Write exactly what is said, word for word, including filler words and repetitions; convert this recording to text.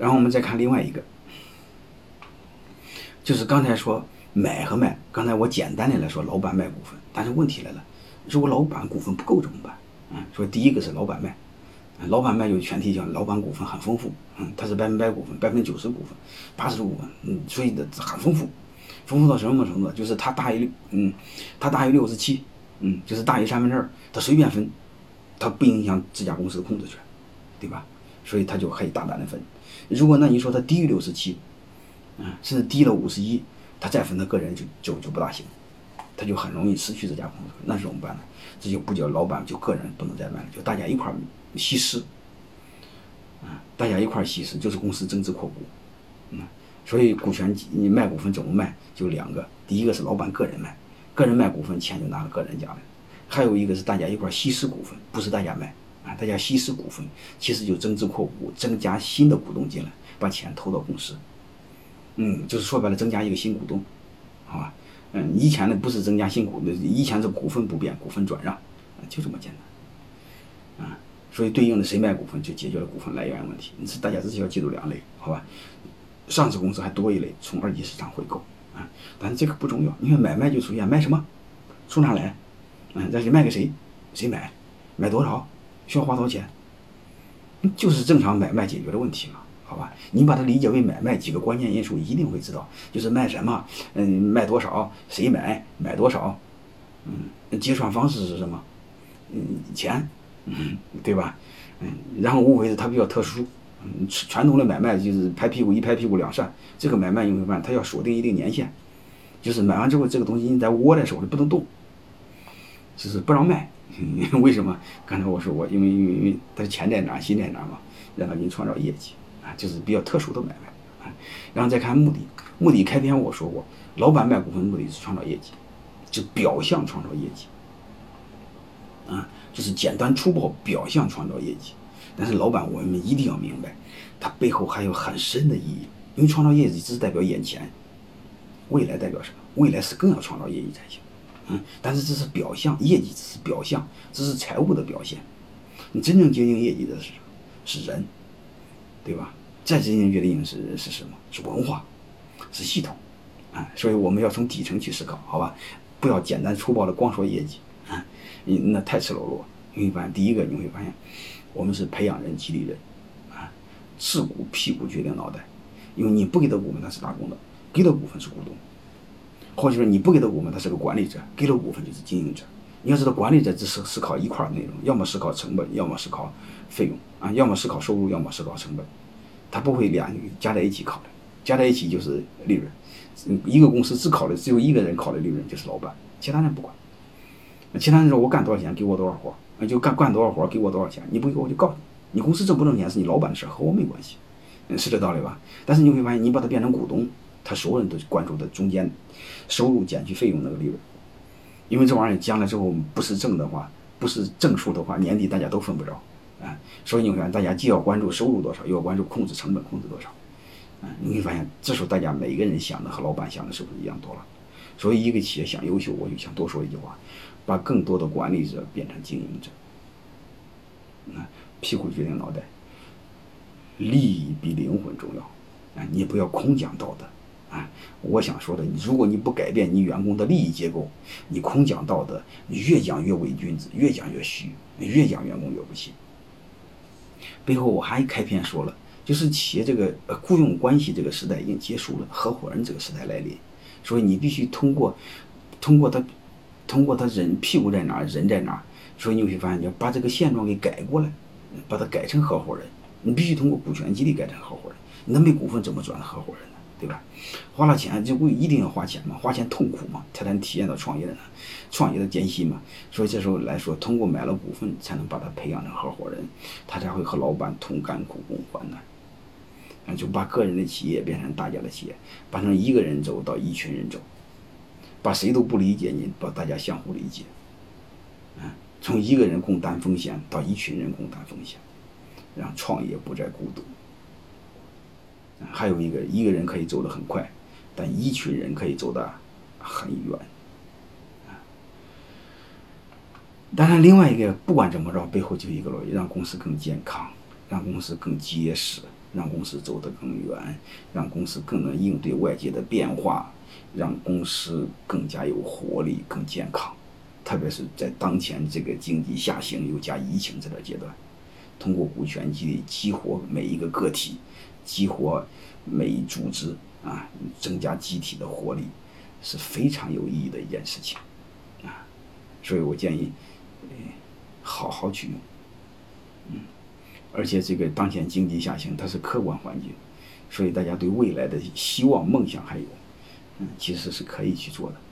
然后我们再看另外一个，就是刚才说买和卖，刚才我简单的来说，老板卖股份，但是问题来了，如果老板股份不够怎么办？嗯，所以第一个是老板卖，老板卖有前提叫老板股份很丰富，嗯，他是百分百股份，百分之九十股份，八十股份，嗯，所以的很丰富，丰富到什么程度？就是他大于嗯，他大于六十七，嗯，就是大于三分之二，他随便分，他不影响这家公司的控制权，对吧？所以他就可以大胆的分。如果那你说他低于六十七，嗯，甚至低了五十一，他再分他个人就就就不大行，他就很容易失去这家公司，那是怎么办呢？这就不叫老板，就个人不能再卖了，就大家一块儿稀释，啊，大家一块儿稀释，就是公司增资扩股，嗯，所以股权你卖股份怎么卖？就两个，第一个是老板个人卖，个人卖股份钱就拿到个人家来，还有一个是大家一块儿稀释股份，不是大家卖啊，大家稀释股份，其实就增资扩股，增加新的股东进来，把钱投到公司，嗯，就是说白了增加一个新股东，好吧？嗯，以前呢不是增加新股，以前是股份不变，股份转让，就这么简单，啊，所以对应的谁卖股份就解决了股份来源问题。是大家只需要记住两类，好吧？上市公司还多一类，从二级市场回购啊，但是这个不重要，因为买卖就出现买什么，从哪来，嗯，再去卖给谁，谁买，买多少，需要花多少钱，就是正常买卖解决的问题嘛。好吧，你把它理解为买卖，几个关键因素一定会知道，就是卖什么，嗯，卖多少，谁买，买多少，嗯，结算方式是什么，嗯，钱，嗯，对吧？嗯，然后无非是它比较特殊，嗯，传统的买卖就是拍屁股一拍屁股两散，这个买卖你会发现它要锁定一定年限，就是买完之后这个东西你得握在手里不能动，就是不让卖。为什么？刚才我说过，因为因为因为它钱在哪，心在哪嘛，让它给你创造业绩。啊，就是比较特殊的买卖啊，然后再看目的，目的开篇我说过，老板卖股份目的是创造业绩，就表象创造业绩，啊，就是简单粗暴表象创造业绩，但是老板我们一定要明白，它背后还有很深的意义，因为创造业绩只是代表眼前，未来代表什么？未来是更要创造业绩才行，嗯，但是这是表象，业绩只是表象，这是财务的表现，你真正决定业绩的是什么？是人。对吧？再真正决定是是什么？是文化，是系统，啊，所以我们要从底层去思考，好吧？不要简单粗暴的光说业绩，啊，那太赤裸裸。你会发现，第一个你会发现，我们是培养人、激励人，啊，是股屁股决定脑袋，因为你不给他股份，他是打工的；给了股份是股东，或者说你不给他股份，他是个管理者；给了股份就是经营者。你要知道，管理者只是思考一块内容，要么思考成本，要么思考费用啊，要么思考收入，要么思考成本，他不会两加在一起考虑，加在一起就是利润。一个公司只考虑只有一个人考虑利润，就是老板，其他人不管。其他人说我干多少钱，给我多少活，就干干多少活，给我多少钱，你不给我就告诉你，你公司挣不挣钱是你老板的事，和我没关系，是这道理吧？但是你会发现，你把它变成股东，他所有人都关注的中间收入减去费用那个利润。因为这玩意儿将来之后不是正的话，不是正数的话，年底大家都分不着，啊，所以你看大家既要关注收入多少，又要关注控制成本控制多少，啊，你会发现这时候大家每个人想的和老板想的是不是一样多了？所以一个企业想优秀，我就想多说一句话，把更多的管理者变成经营者，啊，屁股决定脑袋，利益比灵魂重要，啊，你也不要空讲道德。啊，我想说的，如果你不改变你员工的利益结构，你空讲道德，你越讲越伪君子，越讲越虚，越讲员工越不信。背后我还开篇说了，就是企业这个呃雇佣关系这个时代已经结束了，合伙人这个时代来临，所以你必须通过通过他通过他人屁股在哪人在哪，所以你会发现你要把这个现状给改过来，把它改成合伙人，你必须通过股权激励改成合伙人，你那没股份怎么转合伙人呢？对吧？花了钱就一定要花钱嘛，花钱痛苦嘛，才能体验到创业的创业的艰辛嘛。所以这时候来说，通过买了股份，才能把他培养成合伙人，他才会和老板同甘苦共患难。就把个人的企业变成大家的企业，把从一个人走到一群人走，把谁都不理解你，把大家相互理解。嗯，从一个人共担风险到一群人共担风险，让创业不再孤独。还有一个，一个人可以走得很快，但一群人可以走得很远。当然，另外一个不管怎么着，背后就一个逻辑，让公司更健康，让公司更结实， 让公司走得更远，让公司更能应对外界的变化，让公司更加有活力、更健康。特别是在当前这个经济下行又加疫情这段阶段，通过股权激励激活每一个个体，激活每一组织啊，增加集体的活力，是非常有意义的一件事情啊。所以我建议，呃，好好去用。嗯，而且这个当前经济下行它是客观环境，所以大家对未来的希望、梦想还有，嗯，其实是可以去做的。